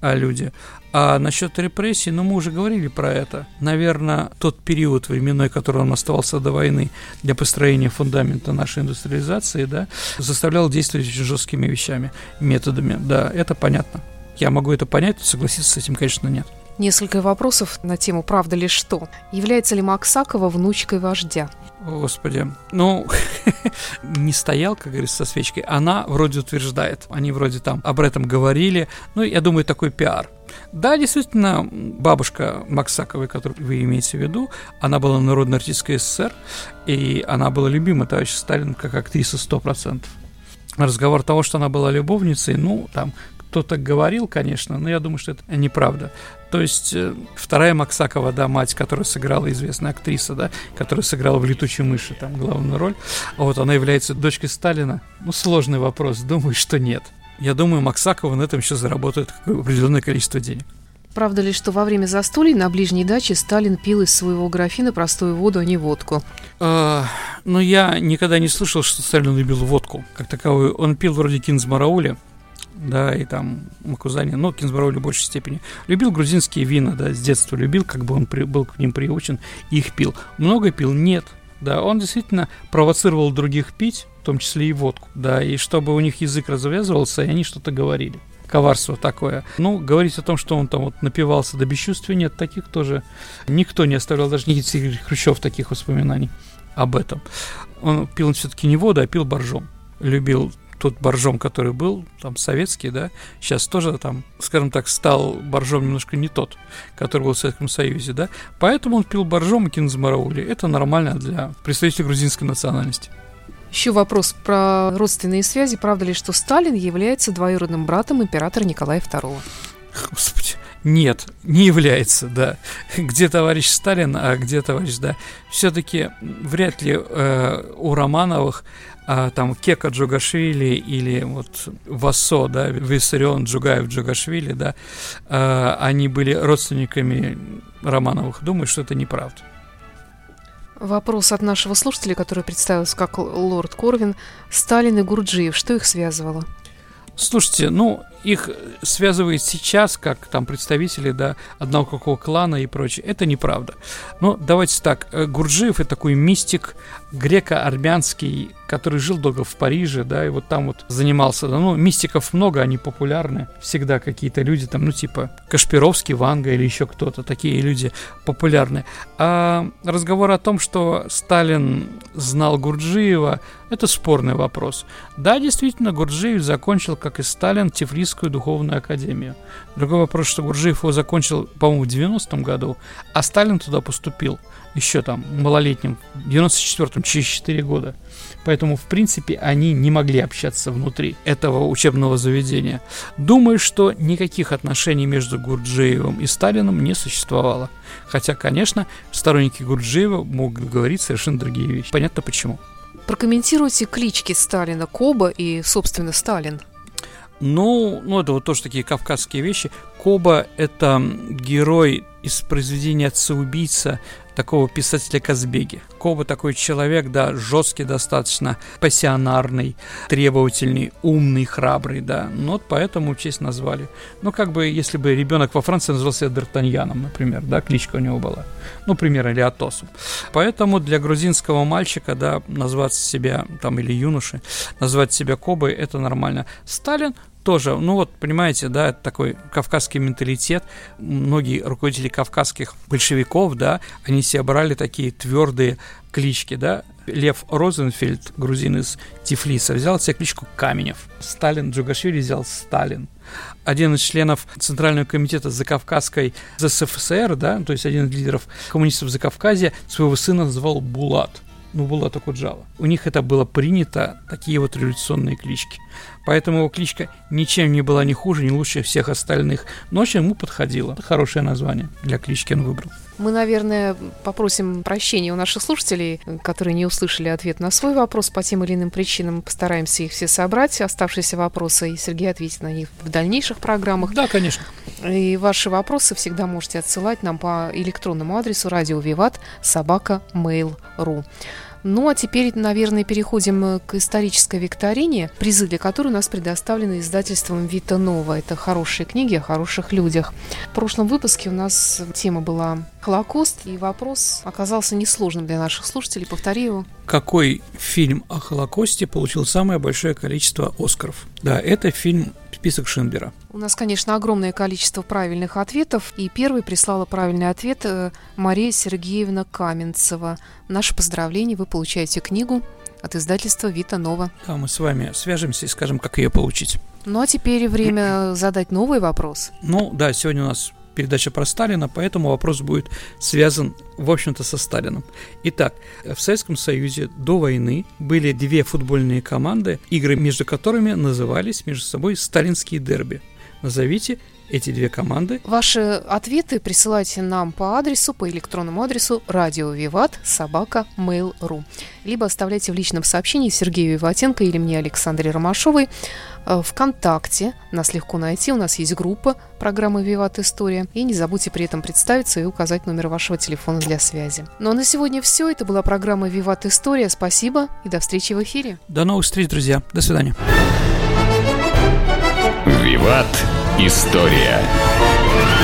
Speaker 3: люди. А насчет репрессий, ну, мы уже говорили про это. Наверное, тот период временной, который он оставался до войны для построения фундамента нашей индустриализации, да, заставлял действовать очень жесткими вещами, методами. Да, это понятно. Я могу это понять, но согласиться с этим, конечно, нет.
Speaker 2: Несколько вопросов на тему «Правда ли что?». Является ли Максакова внучкой вождя?
Speaker 3: О, Господи, ну, не стоял, как говорится, со свечкой. Она вроде утверждает, они вроде там об этом говорили. Ну, я думаю, такой пиар. Да, действительно, бабушка Максаковой, которую вы имеете в виду, она была народной артисткой СССР, и она была любима товарища Сталина как актриса сто процентов. Разговор того, что она была любовницей, ну, там, кто-то говорил, конечно, но я думаю, что это неправда. То есть вторая Максакова, да, мать, которая сыграла, известная актриса, да, которая сыграла в «Летучей мыши» там главную роль, вот она является дочкой Сталина. Ну, сложный вопрос, думаю, что нет. Я думаю, Максакова на этом еще заработает определенное количество денег.
Speaker 2: Правда ли, что во время застолий на ближней даче Сталин пил из своего графина простую воду, а не водку?
Speaker 3: А, ну, я никогда не слышал, что Сталин любил водку как таковую. Он пил вроде кинзмараули, да, и там макузани, но кинзмараули в большей степени. Любил грузинские вина, да, с детства любил, как бы он при, был к ним приучен, и их пил. Много пил? Нет. Да, он действительно провоцировал других пить, в том числе и водку, да, и чтобы у них язык развязывался, и они что-то говорили. Коварство такое. Ну, говорить о том, что он там вот напивался до бесчувствия, нет, таких тоже никто не оставлял, даже Никита Хрущев таких воспоминаний об этом. Он пил все-таки не воду, а пил боржом. Любил тот боржом, который был, там, советский, да, сейчас тоже там, скажем так, стал боржом немножко не тот, который был в Советском Союзе, да, поэтому он пил боржом и кинзмараули. Это нормально для представителей грузинской национальности.
Speaker 2: Еще вопрос про родственные связи. Правда ли, что Сталин является двоюродным братом императора Николая второго?
Speaker 3: Господи, нет, не является, да. Где товарищ Сталин, а где товарищ, да. Все-таки вряд ли э, у Романовых а, там Кека Джугашвили или вот Вассо, да, Виссарион Джугаев Джугашвили, да, э, они были родственниками Романовых. Думаю, что это неправда.
Speaker 2: Вопрос от нашего слушателя, который представился как лорд Корвин. Сталин и Гурджиев, что их связывало?
Speaker 3: Слушайте, ну, их связывает сейчас, как там представители, да, одного какого клана и прочее. Это неправда. Но давайте так, Гурджиев — это такой мистик греко-армянский, который жил долго в Париже, да, и вот там вот занимался, да, ну, мистиков много, они популярны, всегда какие-то люди там, ну, типа Кашпировский, Ванга или еще кто-то, такие люди популярны. А разговор о том, что Сталин знал Гурджиева, это спорный вопрос. Да, действительно, Гурджиев закончил, как и Сталин, Тифлисскую духовную академию. Другой вопрос, что Гурджиев его закончил, по-моему, в девяностом году, а Сталин туда поступил еще там малолетним, в девяносто четвёртом, через четыре года. Поэтому, в принципе, они не могли общаться внутри этого учебного заведения. Думаю, что никаких отношений между Гурджиевым и Сталиным не существовало. Хотя, конечно, сторонники Гурджиева могут говорить совершенно другие вещи. Понятно почему.
Speaker 2: Прокомментируйте клички Сталина, Коба и, собственно, Сталин.
Speaker 3: Ну, ну, это вот тоже такие кавказские вещи. Коба — это герой из произведения «Отца-убийца» такого писателя Казбеги. Коба такой человек, да, жесткий достаточно, пассионарный, требовательный, умный, храбрый, да. Ну, вот поэтому честь назвали. Ну, как бы, если бы ребенок во Франции назывался Д'Артаньяном, например, да, кличка у него была. Ну, например, или Атосом. Поэтому для грузинского мальчика, да, назвать себя, там, или юноши, назвать себя Кобой, это нормально. Сталин тоже, ну вот, понимаете, да, это такой кавказский менталитет. Многие руководители кавказских большевиков, да, они себе брали такие твердые клички, да. Лев Розенфельд, грузин из Тифлиса, взял себе кличку Каменев. Сталин, Джугашвили взял Сталин. Один из членов Центрального комитета Закавказской ЗСФСР, да, то есть один из лидеров коммунистов Закавказья, своего сына назвал Булат. Ну, Булат Окуджава. У них это было принято, такие вот революционные клички. Поэтому его кличка ничем не была ни хуже, ни лучше всех остальных. Но очень ему подходило. Это хорошее название для клички он выбрал.
Speaker 2: Мы, наверное, попросим прощения у наших слушателей, которые не услышали ответ на свой вопрос по тем или иным причинам. Постараемся их все собрать, оставшиеся вопросы, и Сергей ответит на них в дальнейших программах.
Speaker 3: Да, конечно.
Speaker 2: И ваши вопросы всегда можете отсылать нам по электронному адресу радио виват собака мейл точка ру. Ну, а теперь, наверное, переходим к исторической викторине, призы для которой у нас предоставлены издательством Вита Нова. Это хорошие книги о хороших людях. В прошлом выпуске у нас тема была Холокост, и вопрос оказался несложным для наших слушателей. Повтори его.
Speaker 3: Какой фильм о Холокосте получил самое большое количество Оскаров? Да, это фильм «Список Шиндлера».
Speaker 2: У нас, конечно, огромное количество правильных ответов, и первой прислала правильный ответ Мария Сергеевна Каменцева. Наше поздравление, вы получаете книгу от издательства Вита Нова.
Speaker 3: Да, мы с вами свяжемся и скажем, как ее получить.
Speaker 2: Ну, а теперь время задать новый вопрос.
Speaker 3: Ну, да, сегодня у нас передача про Сталина, поэтому вопрос будет связан, в общем-то, со Сталиным. Итак, в Советском Союзе до войны были две футбольные команды, игры между которыми назывались между собой сталинские дерби. Назовите эти две команды.
Speaker 2: Ваши ответы присылайте нам по адресу, по электронному адресу радио Виват собака мейл точка ру, либо оставляйте в личном сообщении Сергею Виватенко или мне, Александре Ромашовой, ВКонтакте. Нас легко найти, у нас есть группа программы «Виват История». И не забудьте при этом представиться и указать номер вашего телефона для связи. Ну а на сегодня все. Это была программа «Виват История». Спасибо и до встречи в эфире.
Speaker 3: До новых встреч, друзья. До свидания.
Speaker 1: Виват История.